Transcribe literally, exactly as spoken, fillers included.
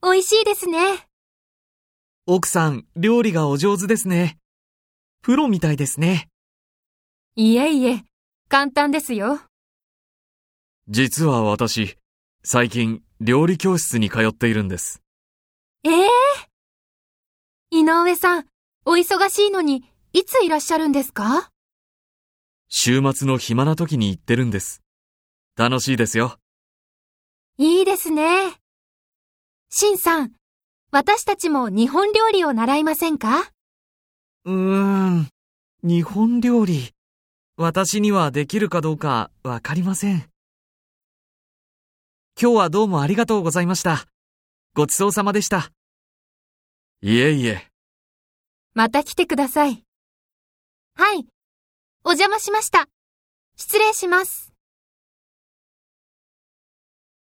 美味しいですね。 奥さん、料理がお上手ですね。プロみたいですね。 いえいえ、簡単ですよ。 実は私、最近料理教室に通っているんです。 ええー、井上さん、お忙しいのに、いついらっしゃるんですか？ 週末の暇な時に行ってるんです。楽しいですよ。 いいですね。シンさん、私たちも日本料理を習いませんか？ うーん、日本料理。私にはできるかどうかわかりません。今日はどうもありがとうございました。ごちそうさまでした。いえいえ。 また来てください。はい、お邪魔しました。失礼します。